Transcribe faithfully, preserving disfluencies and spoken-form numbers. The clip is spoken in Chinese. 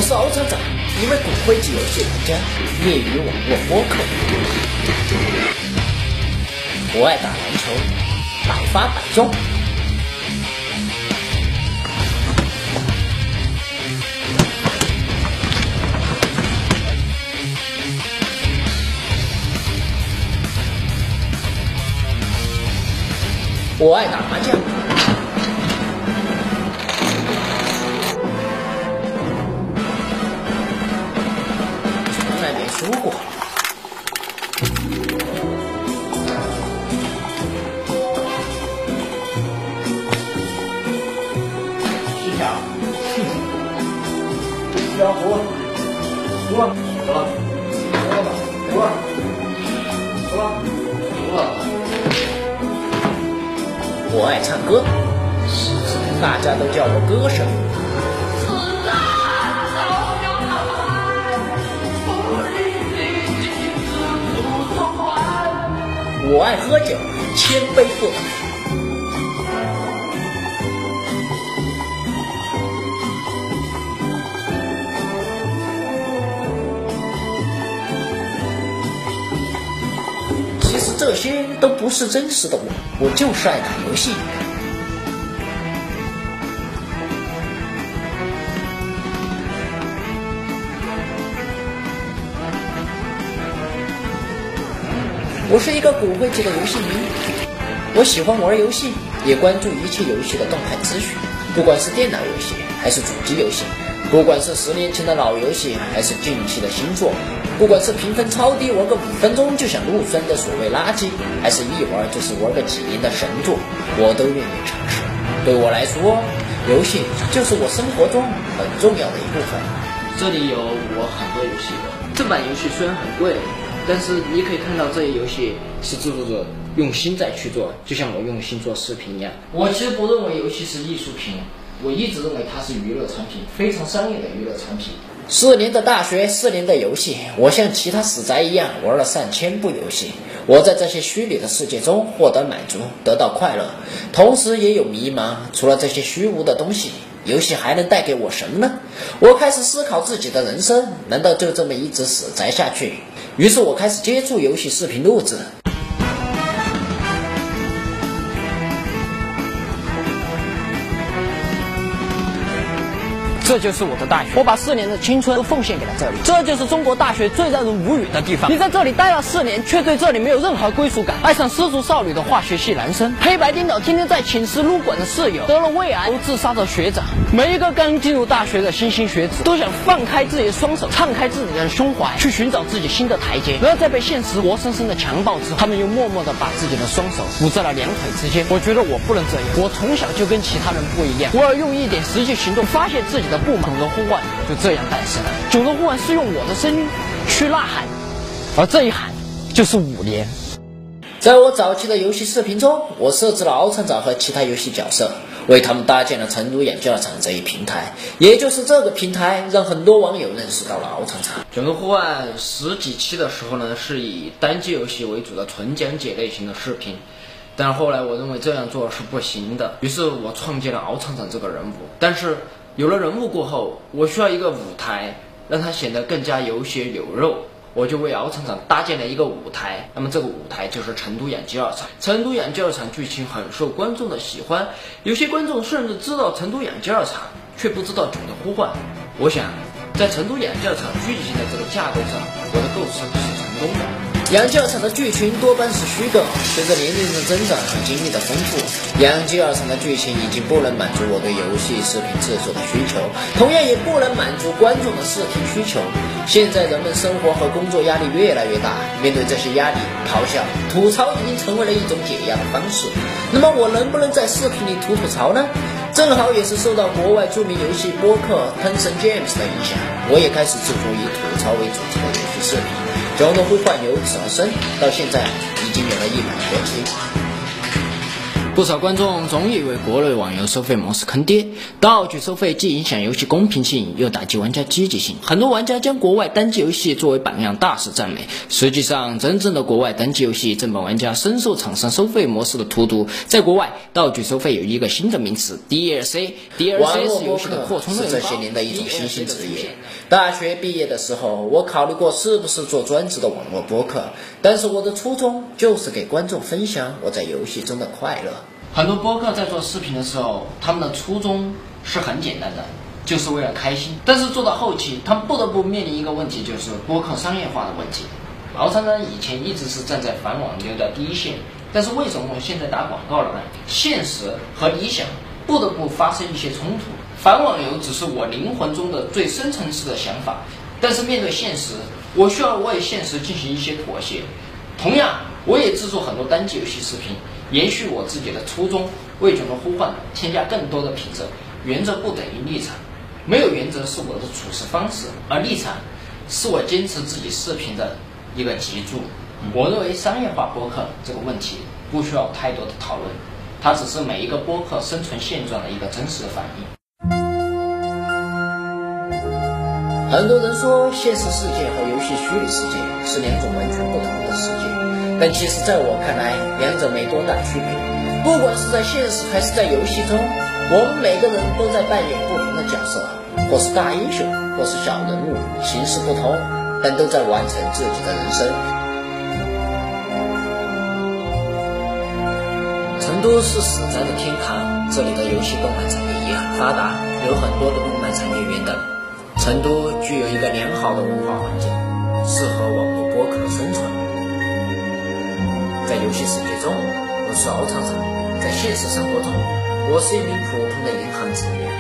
是敖厂长，一位骨灰级游戏玩家，业余网络播客。我爱打篮球，百发百中。我爱打麻将，从来没输过。七条，七条胡，胡了，胡了，胡了，胡了，胡了，胡了。我爱唱歌，大家都叫我歌神。我爱喝酒，千杯不倒。其实这些都不是真实的我，我就是爱打游戏。我是一个骨灰级的游戏迷，我喜欢玩游戏，也关注一切游戏的动态资讯，不管是电脑游戏还是主机游戏，不管是十年前的老游戏还是近期的新作，不管是评分超低玩个五分钟就想入酸的所谓垃圾，还是一玩就是玩个几年的神作，我都愿意尝试。对我来说，游戏就是我生活中很重要的一部分。 这里有我很多游戏的，正版游戏虽然很贵，但是你可以看到这些游戏是制作者用心在去做，就像我用心做视频一样。我其实不认为游戏是艺术品，我一直认为它是娱乐产品，非常商业的娱乐产品。 四年的大学，四年的游戏，我像其他死宅一样玩了上千部游戏。我在这些虚拟的世界中获得满足，得到快乐，同时也有迷茫。除了这些虚无的东西，游戏还能带给我什么呢？我开始思考自己的人生，难道就这么一直死宅下去？于是我开始接触游戏视频录制。 这就是我的大学，我把四年的青春都奉献给了这里。这就是中国大学最让人无语的地方，你在这里待了四年，却对这里没有任何归属感，爱上失足少女的化学系男生，黑白颠倒天天在寝室撸管的室友，得了胃癌都自杀的学长，每一个刚进入大学的新兴学子都想放开自己的双手，敞开自己的胸怀，去寻找自己新的台阶。然而在被现实活生生的强暴之后，他们又默默地把自己的双手捂在了两腿之间。我觉得我不能这样，我从小就跟其他人不一样，我要用一点实际行动发泄自己的不满。囧的呼唤就这样诞生了。囧的呼唤是用我的声音去呐喊，而这一喊就是五年。 在我早期的游戏视频中，我设置了敖厂长和其他游戏角色，为他们搭建了成都养教场这一平台。也就是这个平台，让很多网友认识到了敖厂长。 囧的呼唤十几期的时候呢，是以单机游戏为主的纯讲解类型的视频。但是后来我认为这样做是不行的，于是我创建了敖厂长这个人物。但是有了人物过后，我需要一个舞台，让它显得更加有血有肉。我就为敖厂长搭建了一个舞台，那么这个舞台就是成都养鸡二厂。成都养鸡二厂剧情很受观众的喜欢，有些观众甚至知道成都养鸡二厂，却不知道囧的呼唤。我想，在成都养鸡二厂剧情的这个架构上，我的构思是成功的。 养鸡二厂的剧情多半是虚构，随着年龄的增长和经历的丰富，养鸡二厂的剧情已经不能满足我对游戏视频制作的需求，同样也不能满足观众的视听需求。现在人们生活和工作压力越来越大，面对这些压力，咆哮、吐槽已经成为了一种解压的方式。那么我能不能在视频里吐吐槽呢？正好也是受到国外著名游戏播客 Tencent James 的影响，我也开始制作以吐槽为主题的游戏视频。囧的呼唤由此而生，到现在已经有了一百多期。 不少观众总以为国内网游收费模式坑爹，道具收费既影响游戏公平性，又打击玩家积极性。很多玩家将国外单机游戏作为榜样，大肆赞美。实际上，真正的国外单机游戏正把玩家深受厂商收费模式的荼毒。在国外，道具收费有一个新的名词 D L C。D L C 是游戏的扩充内容包， 是这些年的一种新兴职业。大学毕业的时候，我考虑过是不是做专职的网络播客，但是我的初衷就是给观众分享我在游戏中的快乐。 很多播客在做视频的时候，他们的初衷是很简单的，就是为了开心。但是做到后期，他们不得不面临一个问题，就是播客商业化的问题。敖厂长以前一直是站在反网流的第一线，但是为什么我现在打广告了呢？现实和理想不得不发生一些冲突。反网流只是我灵魂中的最深层次的想法，但是面对现实，我需要为现实进行一些妥协。同样，我也制作很多单机游戏视频，延续我自己的初衷，为种的呼唤添加更多的品质。原则不等于立场，没有原则是我的处事方式，而立场是我坚持自己视频的一个脊柱。我认为商业化播客这个问题不需要太多的讨论，它只是每一个播客生存现状的一个真实的反应。 很多人说现实世界和游戏虚拟世界是两种完全不同的世界，但其实在我看来，两者没多大区别。不管是在现实还是在游戏中，我们每个人都在扮演不同的角色，或是大英雄，或是小人物，形式不同，但都在完成自己的人生。成都是死宅的天堂，这里的游戏动漫产业也很发达，有很多的动漫产业园等。成都具有一个良好的文化环境，适合网络播客生存。在游戏世界中，我是敖厂长；在现实生活中，我是一名普通的银行职员。